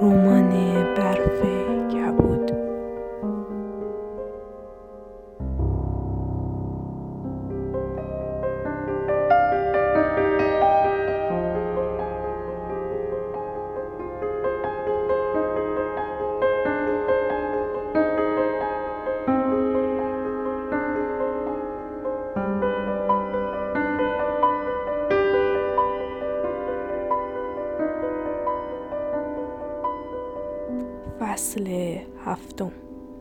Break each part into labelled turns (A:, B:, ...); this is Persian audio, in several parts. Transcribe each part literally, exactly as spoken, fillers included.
A: رمان برف کبود. فصل هفتم.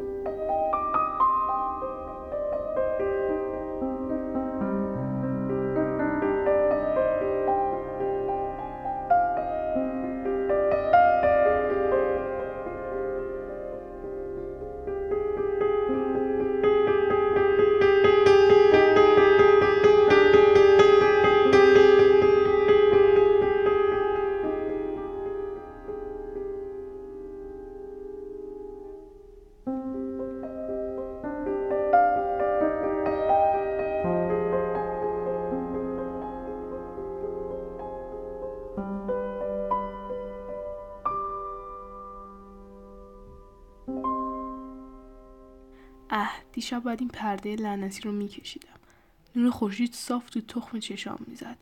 A: اه دیشب باید این پرده لعنتی رو میکشیدم. نور خورشید صاف تو تخم چشام میزد.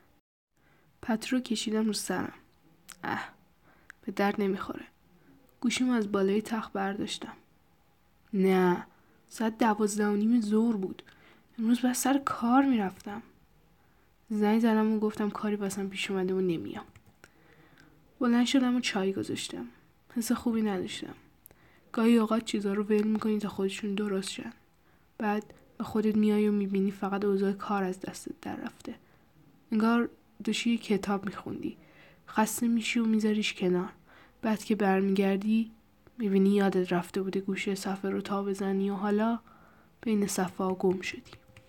A: پتو رو کشیدم رو سرم. اه به درد نمیخوره. گوشیمو از بالای تخت برداشتم. نه ساعت دوازده و نیم ظهر بود. امروز باید سر کار میرفتم. زنگ زدم و گفتم کاری واسم پیش اومده و نمیام. بلند شدم و چای گذاشتم. حس خوبی نداشتم. گاهی اوقات چیزا رو ول میکنی تا خودشون درست شن. بعد به خودت میای و میبینی فقط اوضاع کار از دستت در رفته. انگار داشتی یه کتاب میخوندی. خسته میشی و میذاریش کنار. بعد که برمیگردی میبینی یادت رفته بوده گوشه صفحه رو تا بزنی و حالا بین صفحه ها گم شدی.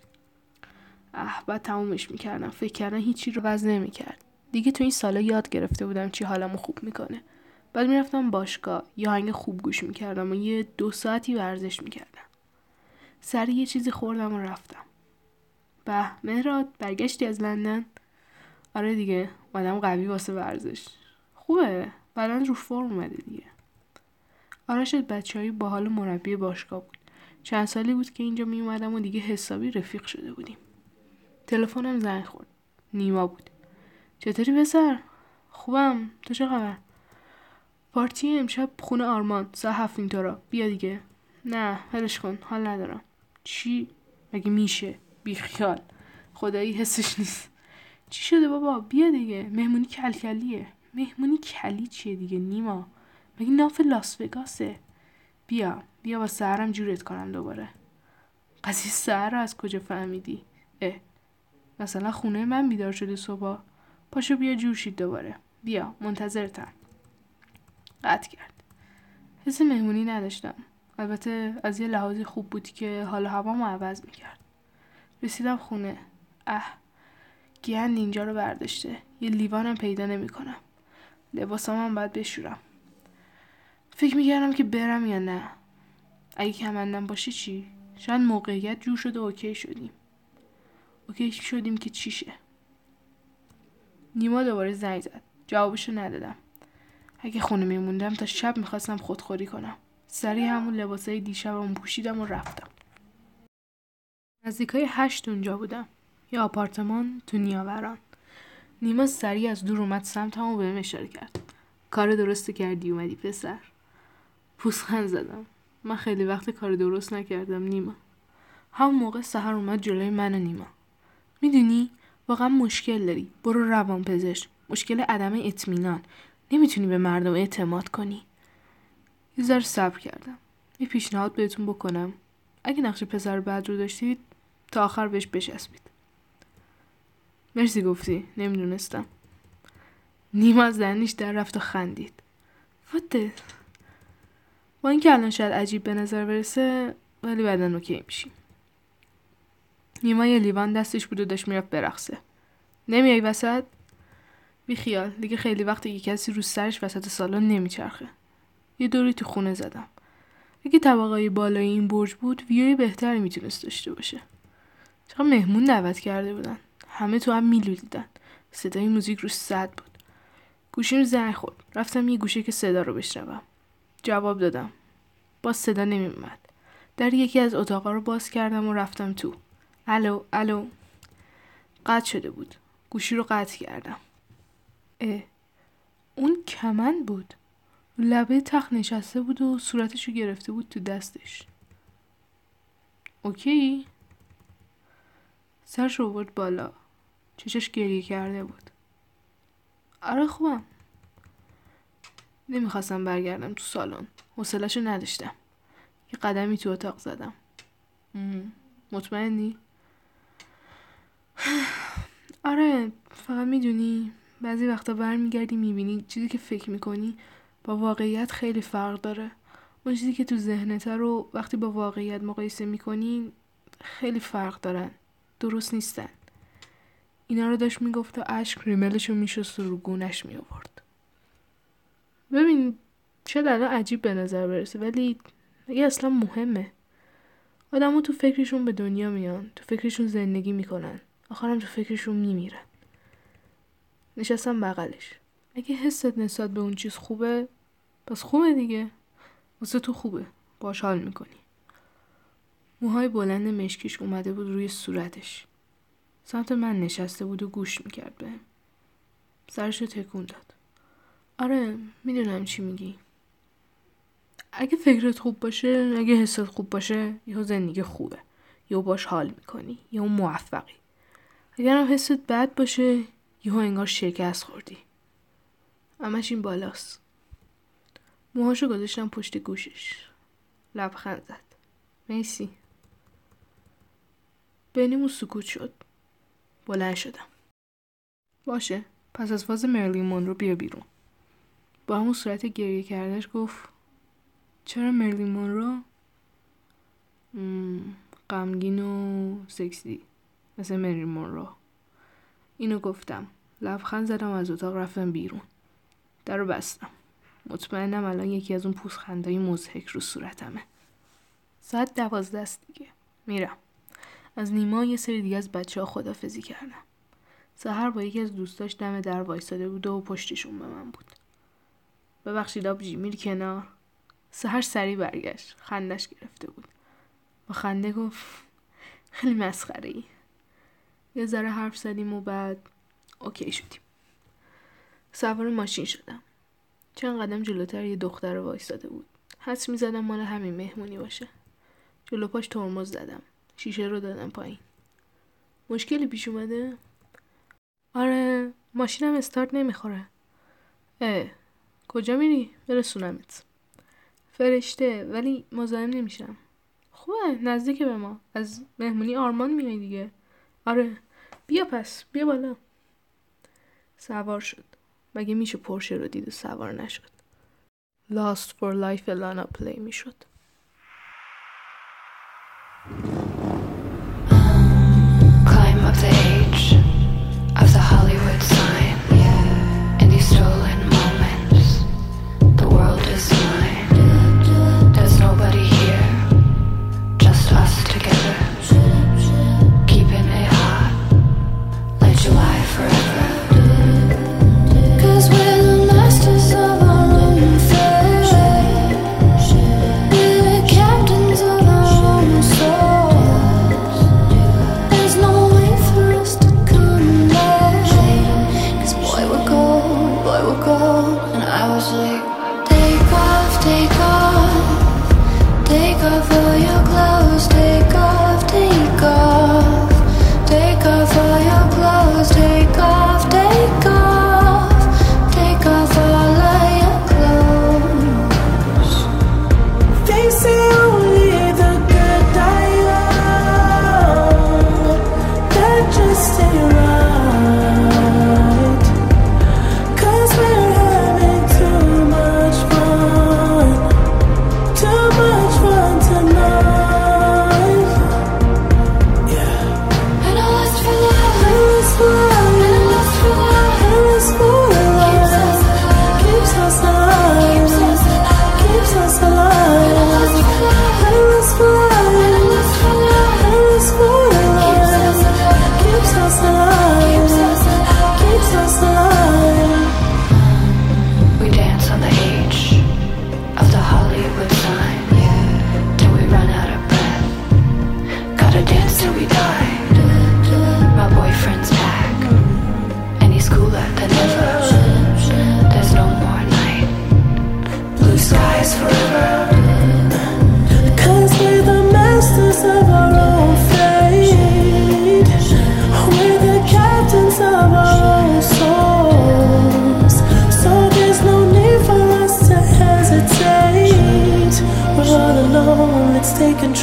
A: اه بعد تمومش میکردم. فکر کردم هیچی رو وز نمیکرد. دیگه تو این سالا یاد گرفته بودم چی حالمو خوب میکنه. بعد میرفتم باشگاه، یه آهنگ خوب گوش میکردم و یه دو ساعتی ورزش میکردم. سری یه چیزی خوردم و رفتم. به مهراد برگشتی از لندن؟ آره دیگه، آدم قوی واسه ورزش. خوبه، بدن رو فرم اومده دیگه. آرشت بچه‌ای باحال مربی باشگاه بود. چند سالی بود که اینجا می اومدم و دیگه حسابی رفیق شده بودیم. تلفنم زنگ خورد. نیما بود. چطوری پسر؟ خوبم، تو چه خبر؟ پارتی امشب خونه آرمان ساعت هفت اینطورا. بیا دیگه. نه ولش کن، حال ندارم. چی؟ مگه میشه؟ بیخیال. خدایی حسش نیست. چی شده بابا؟ بیا دیگه. مهمونی کلکلیه. مهمونی کلی چیه دیگه نیما؟ مگه ناف لاس وگاسه؟ بیا بیا با سهرم جورت کنم دوباره. قضیه سهر رو از کجا فهمیدی؟ اه مثلا خونه من بیدار شده صبح. پاشو بیا جور شید دوباره. بیا منتظرتم. قطع کرد. حس مهمونی نداشتم. البته از یه لحاظی خوب بود که حال هوامو عوض میکرد. رسیدم خونه. اه گند اینجا رو برداشته. یه لیوانم پیدا نمیکنم. لباسامم باید بشورم. فکر میکردم که برم یا نه. اگه کمندم باشه چی؟ شاید موقعیت جور شده اوکی شدیم. اوکی شدیم که چیشه؟ نیما دوباره زنگ زد. جوابشو ندادم. اگه خونه میموندم تا شب میخواستم خودخوری کنم. سریع همون لباسای دیشبم پوشیدم و رفتم. نزدیکای هشت اونجا بودم. یه آپارتمان تو نیاوران. نیما سریع از دور اومد سمتم و بهم اشاره کرد. کار درست کردی اومدی پسر. پوزخند زدم. من خیلی وقت کار درست نکردم نیما. همون موقع سحر اومد جلوی من و نیما. میدونی واقعا مشکل داری. برو روان پزشک. مشکل عدم اطمینان. نمیتونی به مردم اعتماد کنی. یه ذره صبر کردم. یه پیشنهاد بهتون بکنم. اگه نقش پسر بد رو داشتید تا آخر بهش بچسبید. مرسی گفتی. نمیدونستم. نیما از دهنش در رفت و خندید. فوته. با اینکه الان شاید عجیب به نظر برسه ولی بعدن اوکی میشیم. نیما یه لیوان دستش بود و داشت میرفت برقصه. نمیای وسط؟ بی خیال. دیگه خیلی وقت یه کسی رو سرش وسط سالن نمیچرخه. یه دوری تو خونه زدم. اگه طبقه بالای این برج بود ویوی بهتری میتونست داشته باشه. چقدر مهمون دعوت کرده بودن. همه تو هم میلودیدن. صدای موزیک روش صد بود. گوشیم زنگ خورد. رفتم یه گوشه که صدا رو بشنوم. جواب دادم. باز صدا نمیومد. در یکی از اتاقا رو باز کردم و رفتم تو. الو الو. قطع شده بود. گوشی رو قطع کردم. اه. اون کمند بود. لبه تخت نشسته بود و صورتشو گرفته بود تو دستش. اوکی؟ سرش رو برد بالا. چشش گریه کرده بود. آره خوبم. نمیخواستم برگردم تو سالن. حوصله‌شو نداشتم. یه قدمی تو اتاق زدم. مطمئنی؟ آره، فقط میدونی بعضی وقتا برمیگردی میبینی چیزی که فکر میکنی با واقعیت خیلی فرق داره. اون چیزی که تو ذهنت رو وقتی با واقعیت مقایسه میکنی خیلی فرق دارن. درست نیستن. اینا رو داشت میگفت و اشک ریملشو میشست و رو گونش میآورد. ببین شاید الان عجیب به نظر برسه ولی اگه اصلا مهمه. آدمو تو فکرشون به دنیا میان، تو فکرشون زندگی میکنن، آخرم تو فکرشون میمیرن. نشستم بغلش. اگه حست نسبت به اون چیز خوبه پس خوبه دیگه. واسه تو خوبه، باهاش حال میکنی. موهای بلند مشکیش اومده بود روی صورتش. سمت من نشسته بود و گوش میکرد بهم. سرشو تکون داد. آره میدونم چی میگی. اگه فکرت خوب باشه، اگه حست خوب باشه، یهو زندگی خوبه. یهو باش حال میکنی، یهو موفقی. اگرم حست بد باشه، یهو انگار شکست خوردی. همش این بالاست. موهاشو گذاشتم پشت گوشش. لبخند زد. مرسی. بینیمون سکوت شد. بلند شدم. باشه، پس از فاز مرلین مونرو بیا بیرون. با همون صورت گریه کردش گفت چرا مرلین مونرو؟ غمگین و سکسی مثل مرلین مونرو. اینو گفتم. لبخند زدم و از اتاق رفتم بیرون. در رو بستم. مطمئنم الان یکی از اون پوزخندهای مضحک رو صورتمه. ساعت دوازده است دیگه. میرم. از نیما یه سری دیگه از بچه ها خدافزی کردم. سحر با یکی از دوستاش دم در وایساده بود و پشتشون به من بود. ببخشید آبجی میری کنار؟ سحر سریع برگشت. خندش گرفته بود. با خنده گفت خیلی مسخره ای. یه ذره حرف زدیم و بعد اوکی شدیم. سوار ماشین شدم. چند قدم جلوتر یه دختر وایساده بود. حدس می‌زدم مال همین مهمونی باشه. جلو پاش ترمز زدم. شیشه رو دادم پایین. مشکلی پیش اومده؟ آره، ماشینم استارت نمیخوره. اه، کجا میری؟ برسونمت. فرشته، ولی مزاحم نمیشم. خوبه، نزدیک به ما. از مهمونی آرمان میای دیگه. آره، بیا پس، بیا بالا. سوار شد. مگه میشه پورشه رو دید و سوار نشد؟ Lost for Life الانا پلی میشد.
B: Climb up the age of the Hollywood sign. In these stolen moments, the world is mine. There's nobody here, just us together. Keeping it hot, like July forever. Cause we're the masters of our own fate.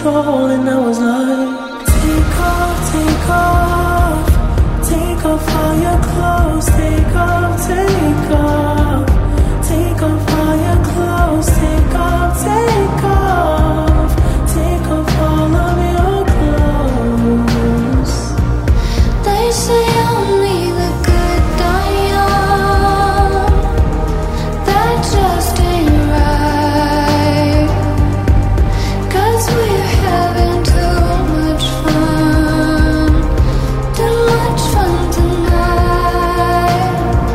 C: control, and I was like, take off, take off, take off all your clothes, take off, take off, take off all your clothes, take off, take off, take off all of your clothes.
B: They say only the good die young. That just ain't right. 'Cause we're having too much fun, too much fun tonight.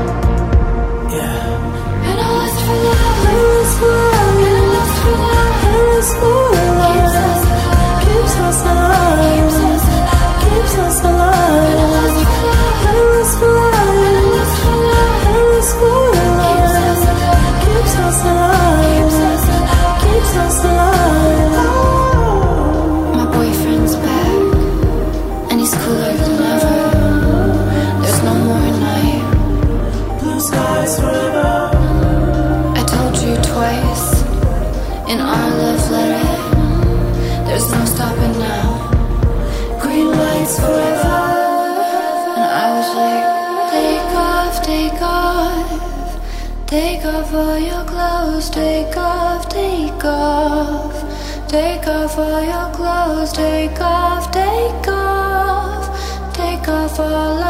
C: Yeah.
B: And I lust for love, I lust for love, and I lust for love,
C: I lust for love, keeps us alive,
B: keeps us alive,
C: keeps us alive.
B: and I lust for love,
C: I lust for love,
B: and I lust for love,
C: I lust for love, keeps us alive,
B: keeps us alive.
C: keeps us alive.
B: My boyfriend's back, and he's cooler than ever. There's no more night.
C: Blue skies forever.
B: I told you twice in our love letter. There's no stopping now.
C: Green lights forever.
B: And I was like, take off, take off, take off all your clothes, take off, take off, take off all your clothes, take off, take off, take off all